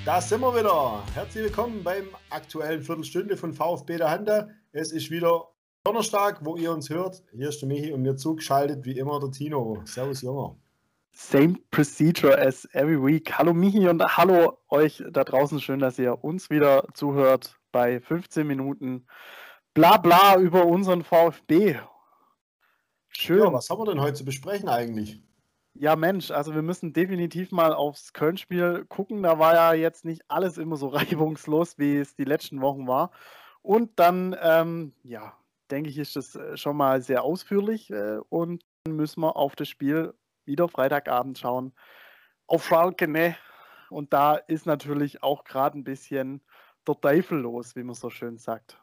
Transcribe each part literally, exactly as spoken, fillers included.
Da sind wir wieder. Herzlich willkommen beim aktuellen Viertelstunde von VfB der Handa. Es ist wieder Donnerstag, wo ihr uns hört. Hier ist der Michi und mir zugeschaltet wie immer der Tino. Servus, Junge. Same procedure as every week. Hallo Michi und hallo euch da draußen. Schön, dass ihr uns wieder zuhört bei fünfzehn Minuten bla bla über unseren VfB. Schön. Ja, was haben wir denn heute zu besprechen eigentlich? Ja, Mensch, also wir müssen definitiv mal aufs Köln-Spiel gucken. Da war ja jetzt nicht alles immer so reibungslos, wie es die letzten Wochen war. Und dann, ähm, ja, denke ich, ist das äh, schon mal sehr ausführlich. Äh, und dann müssen wir auf das Spiel wieder Freitagabend schauen. Auf Schalke, ne? Und da ist natürlich auch gerade ein bisschen der Teufel los, wie man so schön sagt.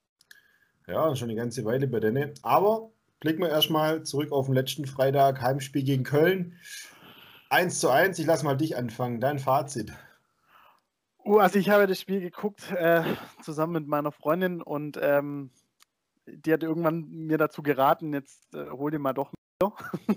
Ja, schon eine ganze Weile bei denen. Aber blicken wir erstmal zurück auf den letzten Freitag, Heimspiel gegen Köln. eins zu eins, ich lasse mal dich anfangen. Dein Fazit. Uh, also ich habe das Spiel geguckt äh, zusammen mit meiner Freundin und ähm, die hat irgendwann mir dazu geraten, jetzt äh, hol dir mal doch wieder.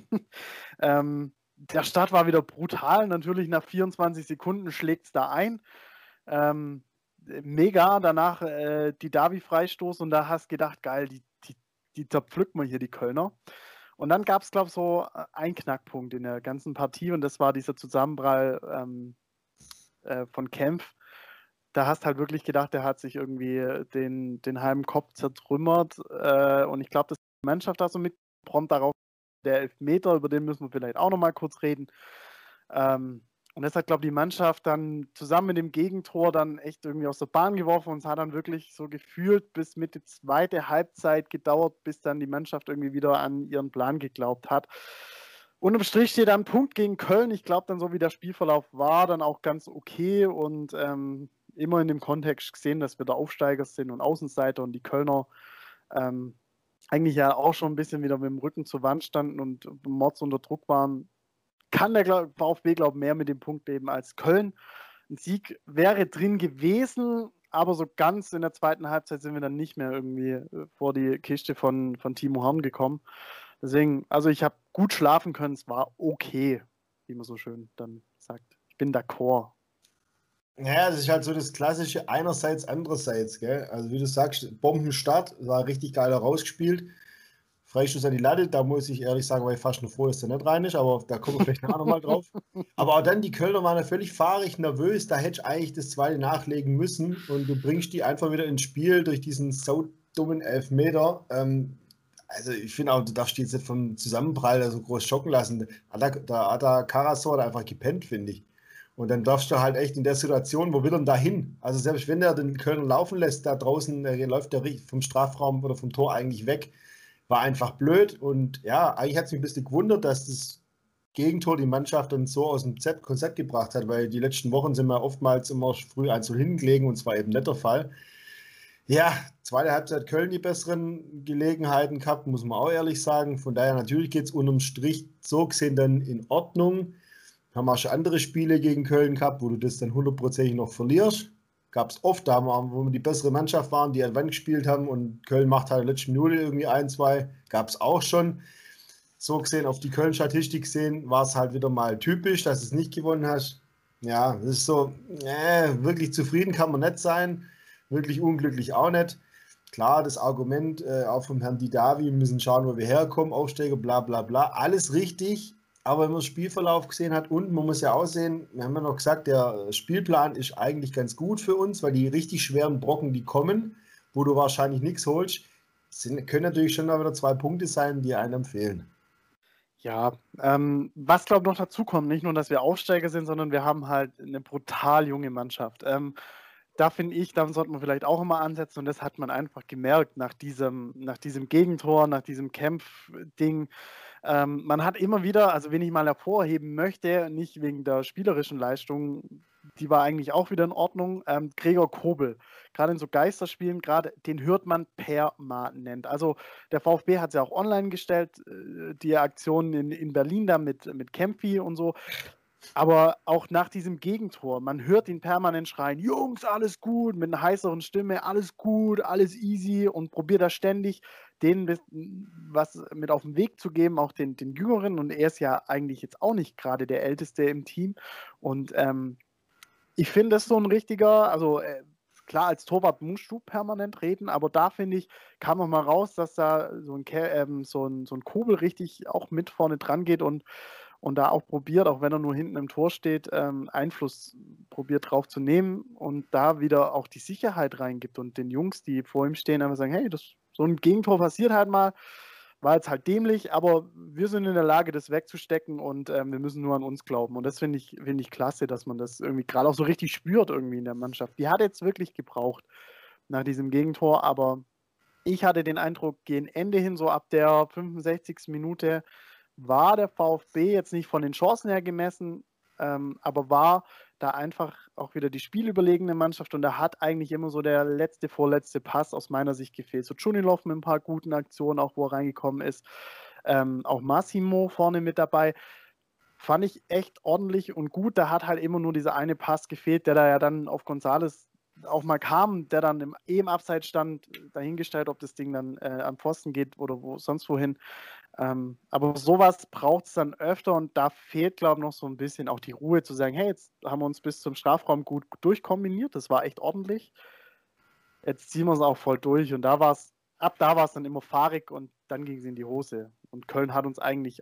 ähm, der Start war wieder brutal. Natürlich nach vierundzwanzig Sekunden schlägt es da ein. Ähm, mega. Danach äh, die Davi-Freistoß und da hast gedacht, geil, die, die, die zerpflückt man hier, die Kölner. Und dann gab es, glaube ich, so einen Knackpunkt in der ganzen Partie und das war dieser Zusammenprall ähm, äh, von Kempf. Da hast halt wirklich gedacht, der hat sich irgendwie den, den halben Kopf zertrümmert. Äh, und ich glaube, das die Mannschaft da so mit prompt darauf der Elfmeter, über den müssen wir vielleicht auch nochmal kurz reden. Ähm, und das hat, glaube ich, die Mannschaft dann zusammen mit dem Gegentor dann echt irgendwie aus der Bahn geworfen und es hat dann wirklich so gefühlt bis Mitte zweite Halbzeit gedauert, bis dann die Mannschaft irgendwie wieder an ihren Plan geglaubt hat. Unterm Strich steht dann ein Punkt gegen Köln. Ich glaube dann, so wie der Spielverlauf war, dann auch ganz okay und ähm, immer in dem Kontext gesehen, dass wir der Aufsteiger sind und Außenseiter und die Kölner ähm, eigentlich ja auch schon ein bisschen wieder mit dem Rücken zur Wand standen und Mords unter Druck waren, kann der VfB, glaube ich, mehr mit dem Punkt leben als Köln. Ein Sieg wäre drin gewesen, aber so ganz in der zweiten Halbzeit sind wir dann nicht mehr irgendwie vor die Kiste von, von Timo Horn gekommen. Deswegen, also ich habe gut schlafen können, es war okay, wie man so schön dann sagt. Ich bin d'accord. Ja, das ist halt so das klassische einerseits, andererseits, gell? Also wie du sagst, Bombenstart, war richtig geil rausgespielt. Freistoß an die Latte, da muss ich ehrlich sagen, war ich fast nur froh, dass der nicht rein ist, aber da kommen wir vielleicht nachher nochmal drauf. Aber auch dann, die Kölner waren ja völlig fahrig, nervös, da hätte ich eigentlich das zweite nachlegen müssen und du bringst die einfach wieder ins Spiel durch diesen so dummen Elfmeter. Ähm, also ich finde auch, du darfst die jetzt nicht vom Zusammenprall so groß schocken lassen. Da, da hat der Karasor einfach gepennt, finde ich. Und dann darfst du halt echt in der Situation, wo will er denn da hin? Also selbst wenn er den Kölner laufen lässt, da draußen äh, läuft der vom Strafraum oder vom Tor eigentlich weg. War einfach blöd. Und ja, eigentlich hat es mich ein bisschen gewundert, dass das Gegentor die Mannschaft dann so aus dem Z Konzept gebracht hat, weil die letzten Wochen sind wir oftmals immer früh eins zu null hingelegen und zwar eben nicht der Fall. Ja, zweite Halbzeit Köln die besseren Gelegenheiten gehabt, muss man auch ehrlich sagen. Von daher natürlich geht es unterm Strich so gesehen dann in Ordnung. Haben auch schon andere Spiele gegen Köln gehabt, wo du das dann hundertprozentig noch verlierst. Gab es oft, da wo wir die bessere Mannschaft waren, die an Wand gespielt haben und Köln macht halt in der letzten Minute irgendwie ein, zwei. Gab es auch schon. So gesehen, auf die Köln-Statistik gesehen, war es halt wieder mal typisch, dass du es nicht gewonnen hast. Ja, das ist so, äh, wirklich zufrieden kann man nicht sein. Wirklich unglücklich auch nicht. Klar, das Argument äh, auch vom Herrn Didavi, wir müssen schauen, wo wir herkommen, Aufsteiger, bla bla bla. Alles richtig, aber wenn man den Spielverlauf gesehen hat und man muss ja auch sehen, wir haben ja noch gesagt, der Spielplan ist eigentlich ganz gut für uns, weil die richtig schweren Brocken, die kommen, wo du wahrscheinlich nichts holst, sind, können natürlich schon noch wieder zwei Punkte sein, die einem fehlen. Ja, ähm, was glaube ich noch dazu kommt, nicht nur, dass wir Aufsteiger sind, sondern wir haben halt eine brutal junge Mannschaft. Ähm, da finde ich, da sollte man vielleicht auch immer ansetzen und das hat man einfach gemerkt nach diesem, nach diesem Gegentor, nach diesem Kämpf-Ding. Ähm, man hat immer wieder, also wen ich mal hervorheben möchte, nicht wegen der spielerischen Leistung, die war eigentlich auch wieder in Ordnung, ähm, Gregor Kobel. Gerade in so Geisterspielen, gerade den hört man permanent. Also der VfB hat es ja auch online gestellt, äh, die Aktion in, in Berlin da mit, mit Kempfi und so. Aber auch nach diesem Gegentor, man hört ihn permanent schreien, Jungs, alles gut, mit einer heißeren Stimme, alles gut, alles easy und probiert da ständig, denen was mit auf den Weg zu geben, auch den, den Jüngeren. Und er ist ja eigentlich jetzt auch nicht gerade der Älteste im Team. Und ähm, Ich finde das so ein richtiger, also äh, klar, als Torwart musst du permanent reden, aber da finde ich, kam noch mal raus, dass da so ein, Ke ähm, so ein, so ein Kobel richtig auch mit vorne dran geht und, und da auch probiert, auch wenn er nur hinten im Tor steht, ähm, Einfluss probiert drauf zu nehmen und da wieder auch die Sicherheit reingibt und den Jungs, die vor ihm stehen, einfach sagen, hey, das, so ein Gegentor passiert halt mal, war jetzt halt dämlich, aber wir sind in der Lage, das wegzustecken und ähm, wir müssen nur an uns glauben. Und das finde ich, finde ich klasse, dass man das irgendwie gerade auch so richtig spürt irgendwie in der Mannschaft. Die hat jetzt wirklich gebraucht nach diesem Gegentor, aber ich hatte den Eindruck, gegen Ende hin, so ab der fünfundsechzigsten Minute, war der VfB jetzt nicht von den Chancen her gemessen, ähm, aber war da einfach auch wieder die spielüberlegene Mannschaft und da hat eigentlich immer so der letzte, vorletzte Pass aus meiner Sicht gefehlt. So Tschunilov mit ein paar guten Aktionen, auch wo er reingekommen ist. Ähm, auch Massimo vorne mit dabei. Fand ich echt ordentlich und gut. Da hat halt immer nur dieser eine Pass gefehlt, der da ja dann auf Gonzales auch mal kam, der dann im, eh im Abseits stand, dahingestellt, ob das Ding dann äh, am Pfosten geht oder wo, sonst wohin. Ähm, aber sowas braucht es dann öfter und da fehlt, glaube ich, noch so ein bisschen auch die Ruhe zu sagen, hey, jetzt haben wir uns bis zum Strafraum gut durchkombiniert, das war echt ordentlich. Jetzt ziehen wir es auch voll durch und da war es, ab da war es dann immer fahrig und dann ging es in die Hose. Und Köln hat uns eigentlich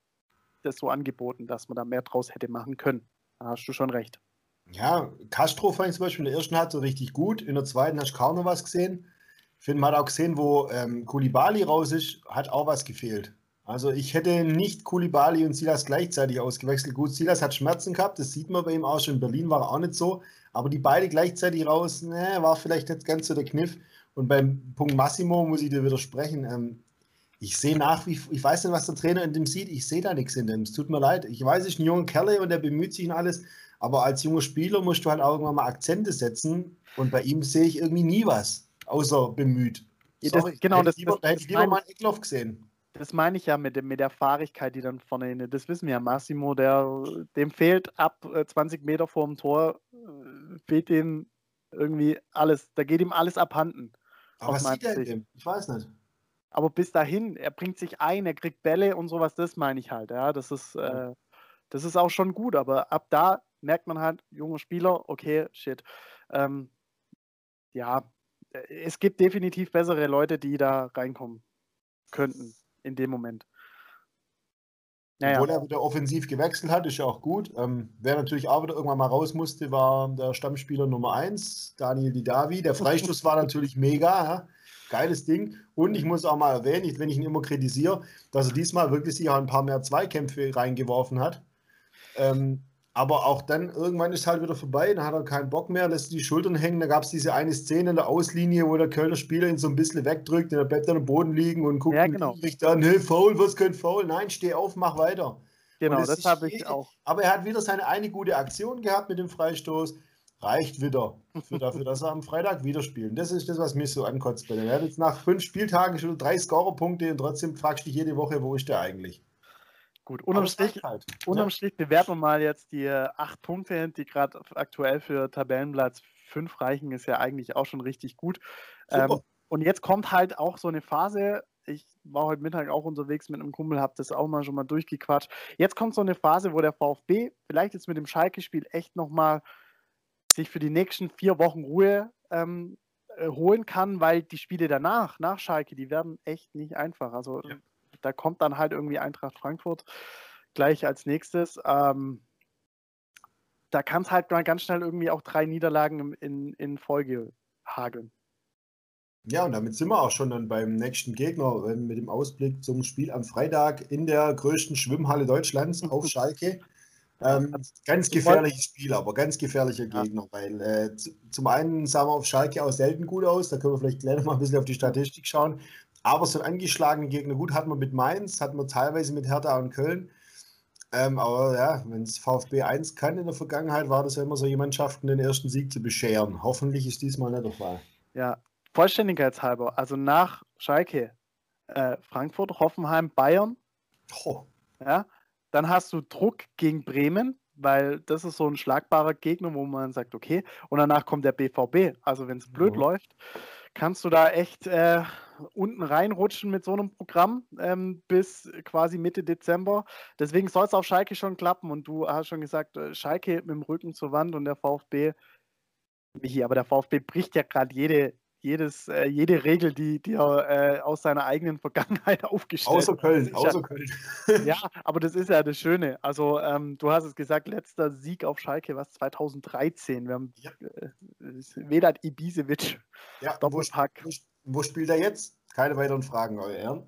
das so angeboten, dass man da mehr draus hätte machen können. Da hast du schon recht. Ja, Castro fand ich zum Beispiel in der ersten Halbzeit richtig gut. In der zweiten hast du kaum noch was gesehen. Ich finde, man hat auch gesehen, wo ähm, Koulibaly raus ist, hat auch was gefehlt. Also ich hätte nicht Koulibaly und Silas gleichzeitig ausgewechselt. Gut, Silas hat Schmerzen gehabt, das sieht man bei ihm auch schon. In Berlin war er auch nicht so. Aber die beide gleichzeitig raus, ne, war vielleicht nicht ganz so der Kniff. Und beim Punkt Massimo muss ich dir widersprechen. Ähm, ich sehe nach wie ich weiß nicht, was der Trainer in dem sieht. Ich sehe da nichts in dem. Es tut mir leid. Ich weiß, es ist ein junger Kerl und der bemüht sich und alles. Aber als junger Spieler musst du halt auch irgendwann mal Akzente setzen. Und bei ihm sehe ich irgendwie nie was, außer bemüht. Ja, das, Sorry, da genau, hätte das, ich lieber, das, da hätte das ich lieber meine mal ich, einen Eckloff gesehen. das meine ich ja mit, dem, mit der Fahrigkeit, die dann vorne hin. Das wissen wir ja. Massimo, der, dem fehlt ab äh, zwanzig Meter vor dem Tor, äh, fehlt ihm irgendwie alles. Da geht ihm alles abhanden, Aber aus was meiner sieht er in Sicht. dem? Ich weiß nicht. Aber bis dahin, er bringt sich ein, er kriegt Bälle und sowas, das meine ich halt. Ja, das ist, Ja. äh, das ist auch schon gut, aber ab da merkt man halt, junger Spieler, okay, shit. Ähm, ja, äh, es gibt definitiv bessere Leute, die da reinkommen könnten in dem Moment. Naja, Obwohl er wieder offensiv gewechselt hat, ist ja auch gut. Ähm, wer natürlich auch wieder irgendwann mal raus musste, war der Stammspieler Nummer eins, Daniel Didavi. Der Freistoß war natürlich mega, ja. Geiles Ding. Und ich muss auch mal erwähnen, ich, wenn ich ihn immer kritisiere, dass er diesmal wirklich sich auch ein paar mehr Zweikämpfe reingeworfen hat. Ähm, aber auch dann, irgendwann ist halt wieder vorbei, dann hat er keinen Bock mehr, lässt die Schultern hängen. Da gab es diese eine Szene in der Auslinie, wo der Kölner Spieler ihn so ein bisschen wegdrückt, der bleibt dann am Boden liegen und guckt ja, den genau. Richter an, hey, Foul, was kein Foul? Nein, steh auf, mach weiter. Und Genau, es das ist habe ich jede, auch. aber er hat wieder seine eine gute Aktion gehabt mit dem Freistoß. Reicht wieder für dafür, dass er am Freitag wieder spielt. Und das ist das, was mich so ankotzt bei dem. Er hat jetzt nach fünf Spieltagen schon drei Scorerpunkte und trotzdem fragst du dich jede Woche, wo ist der eigentlich? Gut, Aber unterm es reicht Strich, halt. unterm Ne? Strich bewerten wir mal jetzt die äh, acht Punkte, die gerade aktuell für Tabellenplatz fünf reichen, ist ja eigentlich auch schon richtig gut. Super. Ähm, und jetzt kommt halt auch so eine Phase. Ich war heute Mittag auch unterwegs mit einem Kumpel, habe das auch mal schon mal durchgequatscht. Jetzt kommt so eine Phase, wo der VfB vielleicht jetzt mit dem Schalke-Spiel echt nochmal sich für die nächsten vier Wochen Ruhe ähm, äh, holen kann, weil die Spiele danach, nach Schalke, die werden echt nicht einfach. Also Ja. da kommt dann halt irgendwie Eintracht Frankfurt gleich als nächstes. Ähm, da kann es halt mal ganz schnell irgendwie auch drei Niederlagen in, in Folge hageln. Ja, und damit sind wir auch schon dann beim nächsten Gegner äh, mit dem Ausblick zum Spiel am Freitag in der größten Schwimmhalle Deutschlands auf Schalke. Ja, Ähm, also ganz ich wollte, gefährliches Spiel, aber ganz gefährlicher ja, Gegner, weil äh, zu, zum einen sah man auf Schalke auch selten gut aus, da können wir vielleicht gleich noch mal ein bisschen auf die ja, Statistik schauen, aber so einen angeschlagenen Gegner, gut, hat man mit Mainz, hat man teilweise mit Hertha und Köln, ähm, aber ja, wenn es VfB eins kann in der Vergangenheit, war das ja immer so, die Mannschaften den ersten Sieg zu bescheren. Hoffentlich ist diesmal nicht der Fall. ja. Vollständigkeitshalber, also nach Schalke, äh, Frankfurt, Hoffenheim, Bayern, Oh, ja, dann hast du Druck gegen Bremen, weil das ist so ein schlagbarer Gegner, wo man sagt, okay, und danach kommt der B V B. Also wenn es blöd mhm. läuft, kannst du da echt äh, unten reinrutschen mit so einem Programm ähm, bis quasi Mitte Dezember. Deswegen soll es auf Schalke schon klappen. Und du hast schon gesagt, äh, Schalke mit dem Rücken zur Wand und der VfB, Michi, aber der VfB bricht ja gerade jede, jedes, äh, jede Regel, die, die er äh, aus seiner eigenen Vergangenheit aufgestellt Außer hat. Das Köln, ist ja, außer Köln. ja, aber das ist ja das Schöne. Also, ähm, du hast es gesagt, letzter Sieg auf Schalke, was zweitausenddreizehn. Wir haben Ja, äh, Vedat Ibisevic, ja. Und wo, Doppelpack. wo, wo spielt er jetzt? Keine weiteren Fragen, euer Ehren.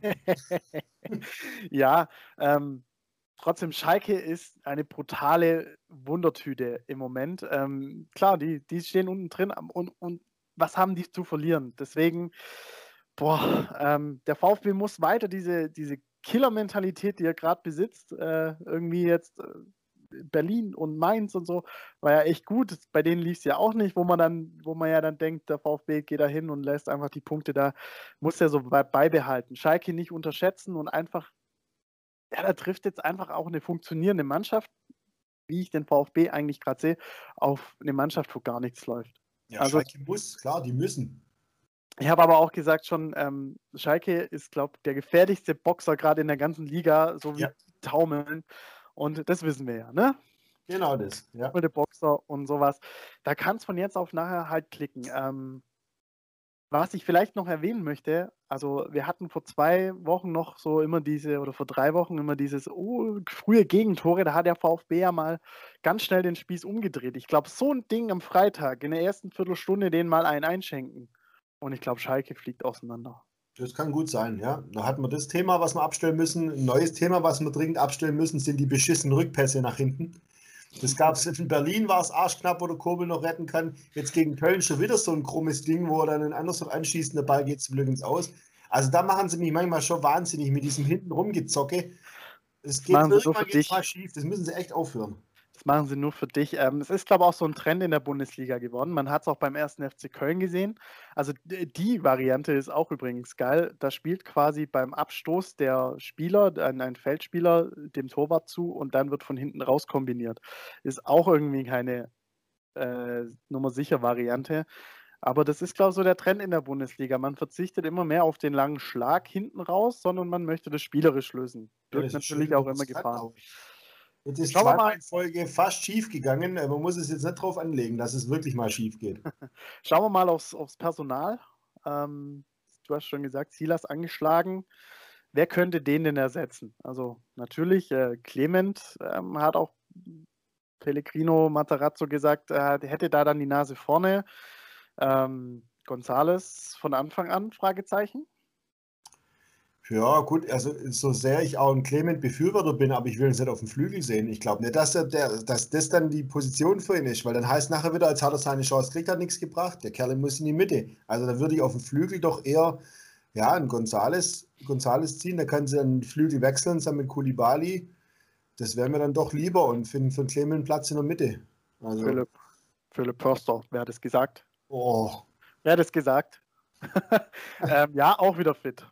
Ja, ähm, trotzdem, Schalke ist eine brutale Wundertüte im Moment. Ähm, klar, die, die stehen unten drin am- und, und was haben die zu verlieren? Deswegen, boah, ähm, der VfB muss weiter diese, diese Killer-Mentalität, die er gerade besitzt, äh, irgendwie jetzt äh, Berlin und Mainz und so, war ja echt gut. Bei denen lief es ja auch nicht, wo man dann, wo man ja dann denkt, der VfB geht da hin und lässt einfach die Punkte da, muss er so bei- beibehalten. Schalke nicht unterschätzen und einfach, ja, da trifft jetzt einfach auch eine funktionierende Mannschaft, wie ich den VfB eigentlich gerade sehe, auf eine Mannschaft, wo gar nichts läuft. Ja, Also Schalke muss, klar, die müssen. ich habe aber auch gesagt schon, ähm, Schalke ist, glaube ich, der gefährlichste Boxer gerade in der ganzen Liga, so wie Ja, Taumeln. Und das wissen wir ja, ne? genau das. Ja. Doppelte Boxer und sowas. Da kann es von jetzt auf nachher halt klicken. Ähm, was ich vielleicht noch erwähnen möchte, also wir hatten vor zwei Wochen noch so immer diese, oder vor drei Wochen immer dieses oh, frühe Gegentore, da hat der VfB ja mal ganz schnell den Spieß umgedreht. Ich glaube, so ein Ding am Freitag, in der ersten Viertelstunde den mal einen einschenken. Und ich glaube, Schalke fliegt auseinander. Das kann gut sein, ja. Da hatten wir das Thema, was wir abstellen müssen. Ein neues Thema, was wir dringend abstellen müssen, sind die beschissenen Rückpässe nach hinten. Das gab es in Berlin, war es arschknapp, wo der Kobel noch retten kann. Jetzt gegen Köln schon wieder so ein krummes Ding, wo er dann ein anderes noch anschießt und der Ball geht zum Glück ins Aus. Also da machen sie mich manchmal schon wahnsinnig mit diesem hinten rumgezocke. Es Das geht machen sie nur für irgendwann jetzt mal dich. schief. Das müssen sie echt aufhören. Das machen sie nur für dich. Ähm, es ist, glaube ich, auch so ein Trend in der Bundesliga geworden. Man hat es auch beim ersten F C Köln gesehen. Also d- die Variante ist auch übrigens geil. Da spielt quasi beim Abstoß der Spieler, ein, ein Feldspieler, dem Torwart zu und dann wird von hinten raus kombiniert. Ist auch irgendwie keine äh, Nummer sicher Variante. Aber das ist, glaube ich, so der Trend in der Bundesliga. Man verzichtet immer mehr auf den langen Schlag hinten raus, sondern man möchte das spielerisch lösen. Ja, Birgt das ist schön, natürlich wenn auch man immer es kann, Gefahren. aber jetzt ist Schauen wir zweimal mal, in Folge fast schief gegangen. Äh, Man muss es jetzt nicht drauf anlegen, dass es wirklich mal schief geht. Schauen wir mal aufs, aufs Personal. Ähm, du hast schon gesagt, Silas angeschlagen. Wer könnte den denn ersetzen? Also natürlich, äh, Clement ähm, hat auch Pellegrino Matarazzo gesagt, er hätte da dann die Nase vorne. Ähm, Gonzales von Anfang an, Fragezeichen. Ja, gut, also so sehr ich auch ein Clement-Befürworter bin, aber ich will ihn nicht auf dem Flügel sehen. Ich glaube nicht, dass, er der, dass das dann die Position für ihn ist, weil dann heißt nachher wieder, als hat er seine Chance kriegt, hat nichts gebracht. Der Kerl muss in die Mitte. Also da würde ich auf dem Flügel doch eher ja, einen Gonzales, Gonzales ziehen. Da kann sie dann den Flügel wechseln, zusammen mit Koulibaly. Das wäre mir dann doch lieber und finden für den Clement Platz in der Mitte. Also, Philipp, Philipp Förster, wer hat es gesagt? oh, Wer hat es gesagt? ähm, ja, auch wieder fit.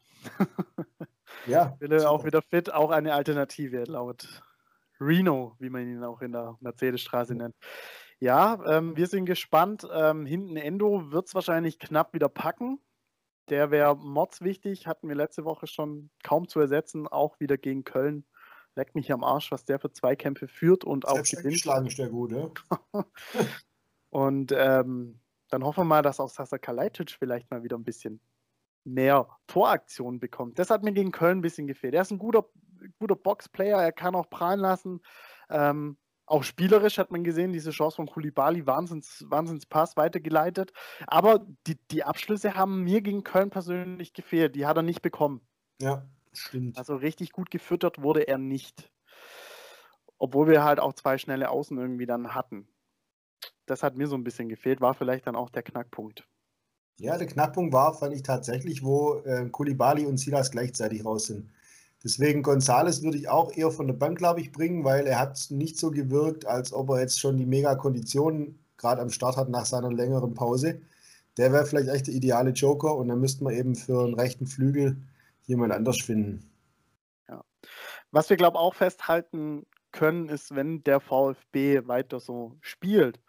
ja, Philipp auch super. wieder fit, auch eine Alternative laut Reno, wie man ihn auch in der Mercedesstraße nennt. Ja, ähm, wir sind gespannt. Ähm, hinten Endo wird es wahrscheinlich knapp wieder packen. Der wäre mordswichtig, hatten wir letzte Woche schon kaum zu ersetzen, auch wieder gegen Köln. Leckt mich am Arsch, was der für Zweikämpfe führt und auch Selbst gewinnt. angeschlagen ist der gut, ja. Und ähm, dann hoffen wir mal, dass auch Sasa Kalajdzic vielleicht mal wieder ein bisschen mehr Toraktionen bekommt. Das hat mir gegen Köln ein bisschen gefehlt. Er ist ein guter, guter Boxplayer, er kann auch prallen lassen. Ähm, auch spielerisch hat man gesehen, diese Chance von Koulibaly, Wahnsinns, Wahnsinnspass weitergeleitet. Aber die, die Abschlüsse haben mir gegen Köln persönlich gefehlt. Die hat er nicht bekommen. Ja, stimmt. Also richtig gut gefüttert wurde er nicht. Obwohl wir halt auch zwei schnelle Außen irgendwie dann hatten. Das hat mir so ein bisschen gefehlt, war vielleicht dann auch der Knackpunkt. Ja, der Knackpunkt war, fand ich tatsächlich, wo äh, Koulibaly und Silas gleichzeitig raus sind. Deswegen Gonzales würde ich auch eher von der Bank, glaube ich, bringen, weil er hat nicht so gewirkt, als ob er jetzt schon die Mega-Konditionen gerade am Start hat nach seiner längeren Pause. Der wäre vielleicht echt der ideale Joker und dann müsste man eben für einen rechten Flügel jemand anders finden. Ja. Was wir, glaube ich, auch festhalten können, ist, wenn der VfB weiter so spielt,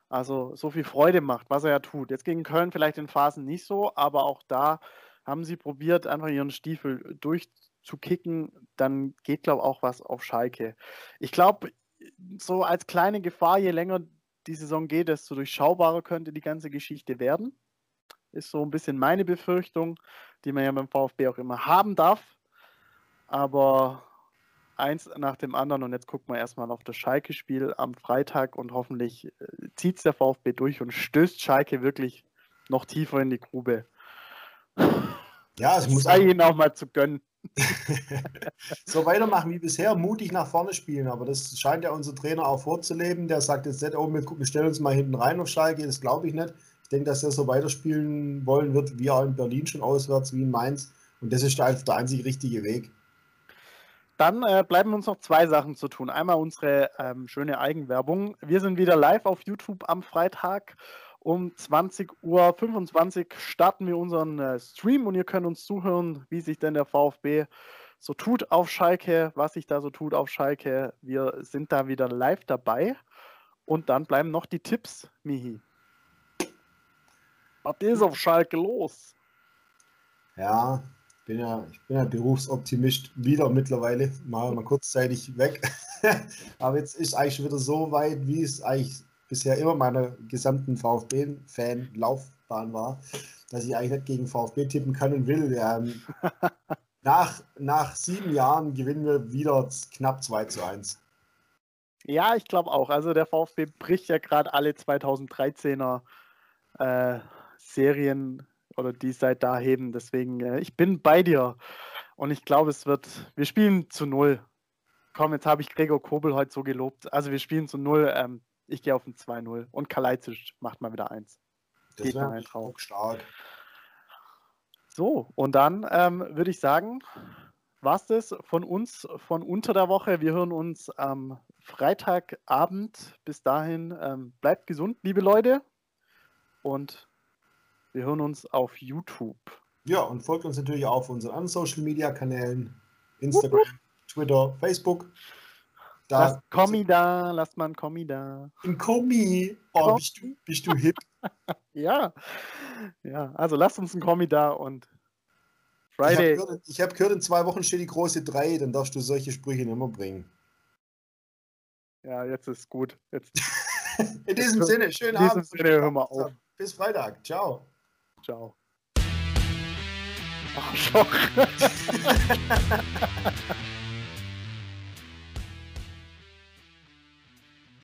Also so viel Freude macht, was er ja tut. Jetzt gegen Köln vielleicht in Phasen nicht so, aber auch da haben sie probiert, einfach ihren Stiefel durchzukicken. Dann geht, glaube ich, auch was auf Schalke. Ich glaube, so als kleine Gefahr, je länger die Saison geht, desto durchschaubarer könnte die ganze Geschichte werden. Ist so ein bisschen meine Befürchtung, die man ja beim VfB auch immer haben darf. Aber eins nach dem anderen und jetzt gucken wir erstmal auf das Schalke-Spiel am Freitag und hoffentlich äh, zieht es der VfB durch und stößt Schalke wirklich noch tiefer in die Grube. Ja, es muss sei ihnen auch mal zu gönnen. So weitermachen wie bisher, mutig nach vorne spielen, aber das scheint ja unser Trainer auch vorzuleben. Der sagt jetzt nicht, oh, wir gucken, stellen uns mal hinten rein auf Schalke, das glaube ich nicht. Ich denke, dass er so weiterspielen wollen wird, wie er in Berlin schon auswärts, wie in Mainz. Und das ist einfach der einzig richtige Weg. Dann äh, bleiben uns noch zwei Sachen zu tun. Einmal unsere ähm, schöne Eigenwerbung. Wir sind wieder live auf YouTube am Freitag. Um zwanzig Uhr fünfundzwanzig starten wir unseren äh, Stream und ihr könnt uns zuhören, wie sich denn der VfB so tut auf Schalke, was sich da so tut auf Schalke. Wir sind da wieder live dabei. Und dann bleiben noch die Tipps, Michi. Was ist auf Schalke los? Ja, bin ja, ich bin ja Berufsoptimist wieder mittlerweile, mal, mal kurzzeitig weg. Aber jetzt ist eigentlich wieder so weit, wie es eigentlich bisher immer meiner gesamten VfB-Fan-Laufbahn war, dass ich eigentlich nicht gegen VfB tippen kann und will. Ähm, nach, nach sieben Jahren gewinnen wir wieder knapp zwei zu eins. Ja, ich glaube auch. Also der VfB bricht ja gerade alle zweitausenddreizehner äh, Serien oder die seit da heben. Deswegen, äh, ich bin bei dir. Und ich glaube, es wird, wir spielen zu null. Komm, jetzt habe ich Gregor Kobel heute so gelobt. Also wir spielen zu null. Ähm, ich gehe auf ein zwei null. Und Kalajdzic macht mal wieder eins. Das Geht wäre mir drauf. stark. So, und dann ähm, würde ich sagen, war es das von uns von unter der Woche. Wir hören uns am Freitagabend. Bis dahin, ähm, bleibt gesund, liebe Leute. Und wir hören uns auf YouTube. Ja, und folgt uns natürlich auch auf unseren anderen Social-Media-Kanälen. Instagram, Twitter, Facebook. Da lasst Kommi da, lasst mal ein Kommi da. Ein Kommi. Oh, Kommi. bist du, bist du hip? Ja. Ja, also lasst uns ein Kommi da und Friday. Ich habe gehört, ich hab gehört, in zwei Wochen steht die große drei, dann darfst du solche Sprüche nicht mehr bringen. Ja, jetzt ist gut. Jetzt. In diesem jetzt, Sinne, schönen in diesem Abend. Sinne, hör mal auf. Bis Freitag. Ciao. Ciao. Arschloch.